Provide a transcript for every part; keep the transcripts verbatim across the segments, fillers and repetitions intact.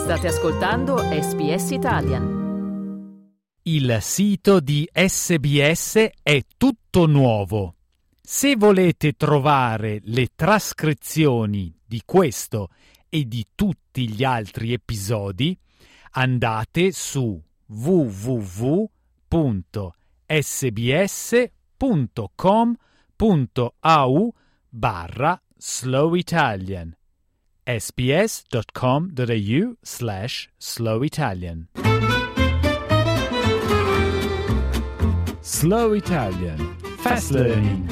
State ascoltando S B S Italian. Il sito di S B S è tutto nuovo. Se volete trovare le trascrizioni di questo e di tutti gli altri episodi, andate su w w w punto s b s punto com punto a u barra slow italian sbs.com.au slash slow Italian. Slow Italian Fast Learning.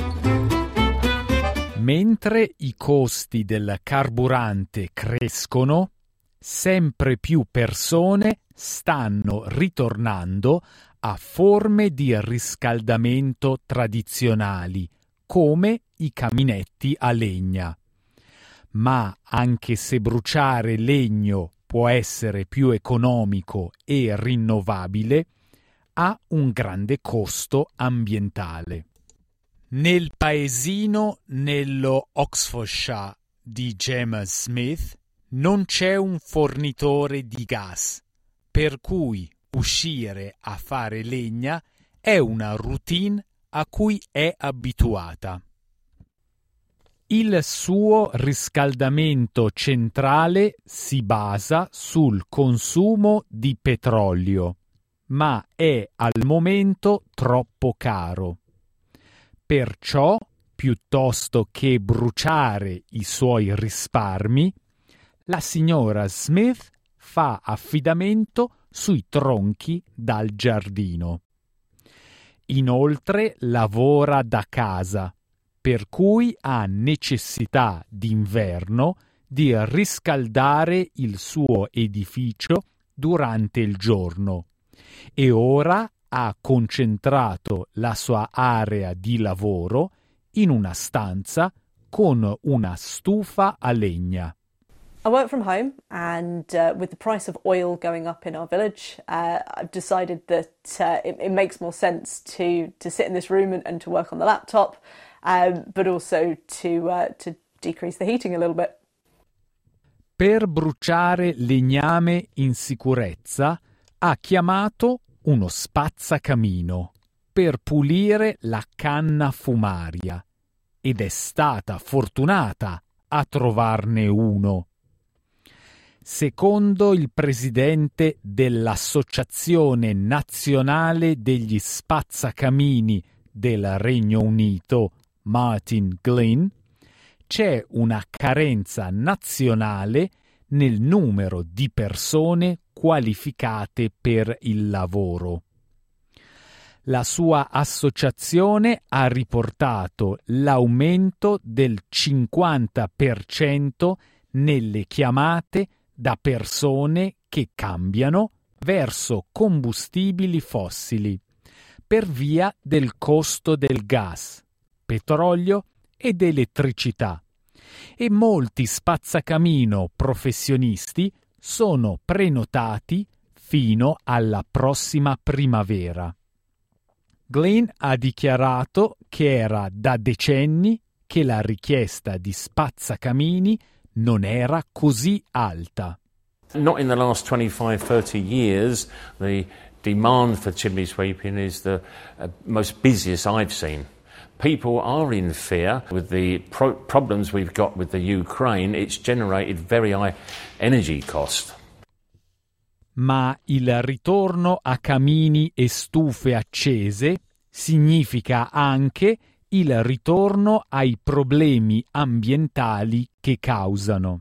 Mentre i costi del carburante crescono, sempre più persone stanno ritornando a forme di riscaldamento tradizionali, come i caminetti a legna. Ma anche se bruciare legno può essere più economico e rinnovabile, ha un grande costo ambientale. Nel paesino nello Oxfordshire di Gemma Smith non c'è un fornitore di gas, per cui uscire a fare legna è una routine a cui è abituata. Il suo riscaldamento centrale si basa sul consumo di petrolio, ma è al momento troppo caro. Perciò, piuttosto che bruciare i suoi risparmi, la signora Smith fa affidamento sui tronchi dal giardino. Inoltre lavora da casa, per cui ha necessità d'inverno di riscaldare il suo edificio durante il giorno e ora ha concentrato la sua area di lavoro in una stanza con una stufa a legna. I work from home, and uh, with the price of oil going up in our village, uh, I've decided that uh, it, it makes more sense to, to sit in this room and, and to work on the laptop, um, but also to, uh, to decrease the heating a little bit. Per bruciare legname in sicurezza ha chiamato uno spazzacamino per pulire la canna fumaria ed è stata fortunata a trovarne uno. Secondo il presidente dell'Associazione Nazionale degli Spazzacamini del Regno Unito, Martin Glynn, c'è una carenza nazionale nel numero di persone qualificate per il lavoro. La sua associazione ha riportato l'aumento del cinquanta per cento nelle chiamate da persone che cambiano verso combustibili fossili per via del costo del gas, petrolio ed elettricità, e molti spazzacamino professionisti sono prenotati fino alla prossima primavera. Glynn ha dichiarato che era da decenni che la richiesta di spazzacamini non era così alta. Not in the last twenty-five, thirty years, the demand for chimney sweeping is the uh, most busiest I've seen. People are in fear with the pro- problems we've got with the Ukraine. It's generated very high energy cost. Ma il ritorno a camini e stufe accese significa anche il ritorno ai problemi ambientali che causano.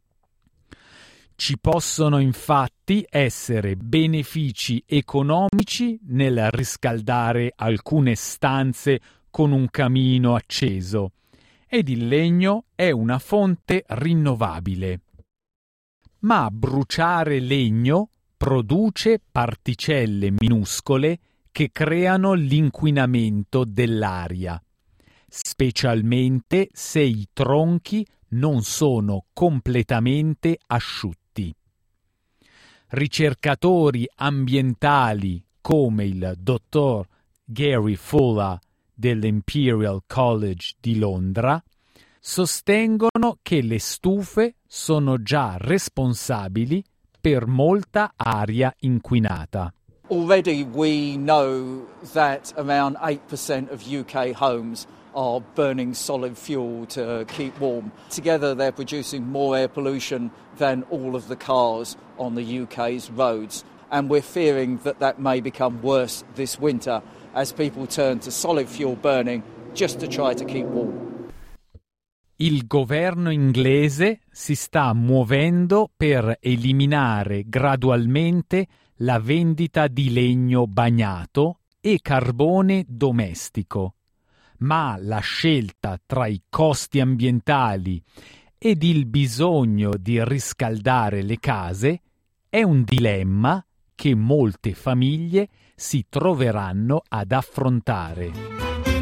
Ci possono infatti essere benefici economici nel riscaldare alcune stanze con un camino acceso, ed il legno è una fonte rinnovabile. Ma bruciare legno produce particelle minuscole che creano l'inquinamento dell'aria, specialmente se i tronchi non sono completamente asciutti. Ricercatori ambientali come il dottor Gary Fuller dell'Imperial College di Londra sostengono che le stufe sono già responsabili per molta aria inquinata. Already we know that around eight percent of U K homes are burning solid fuel to keep warm. Together they're producing more air pollution than all of the cars on the U K's roads. And we're fearing that that may become worse this winter as people turn to solid fuel burning just to try to keep warm. Il governo inglese si sta muovendo per eliminare gradualmente la vendita di legno bagnato e carbone domestico, ma la scelta tra i costi ambientali ed il bisogno di riscaldare le case è un dilemma che molte famiglie si troveranno ad affrontare.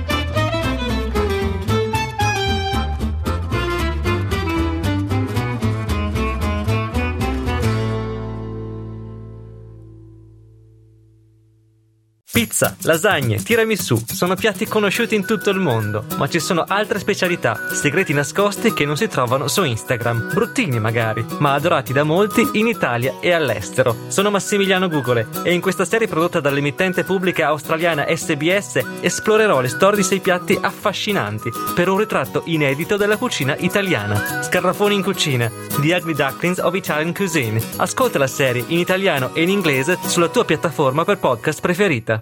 Pizza, lasagne, tiramisù sono piatti conosciuti in tutto il mondo, ma ci sono altre specialità, segreti nascosti che non si trovano su Instagram, bruttini magari, ma adorati da molti in Italia e all'estero. Sono Massimiliano Gugole e in questa serie prodotta dall'emittente pubblica australiana S B S esplorerò le storie di sei piatti affascinanti per un ritratto inedito della cucina italiana. Scarrafoni in cucina, The Ugly Ducklings of Italian Cuisine. Ascolta la serie in italiano e in inglese sulla tua piattaforma per podcast preferita.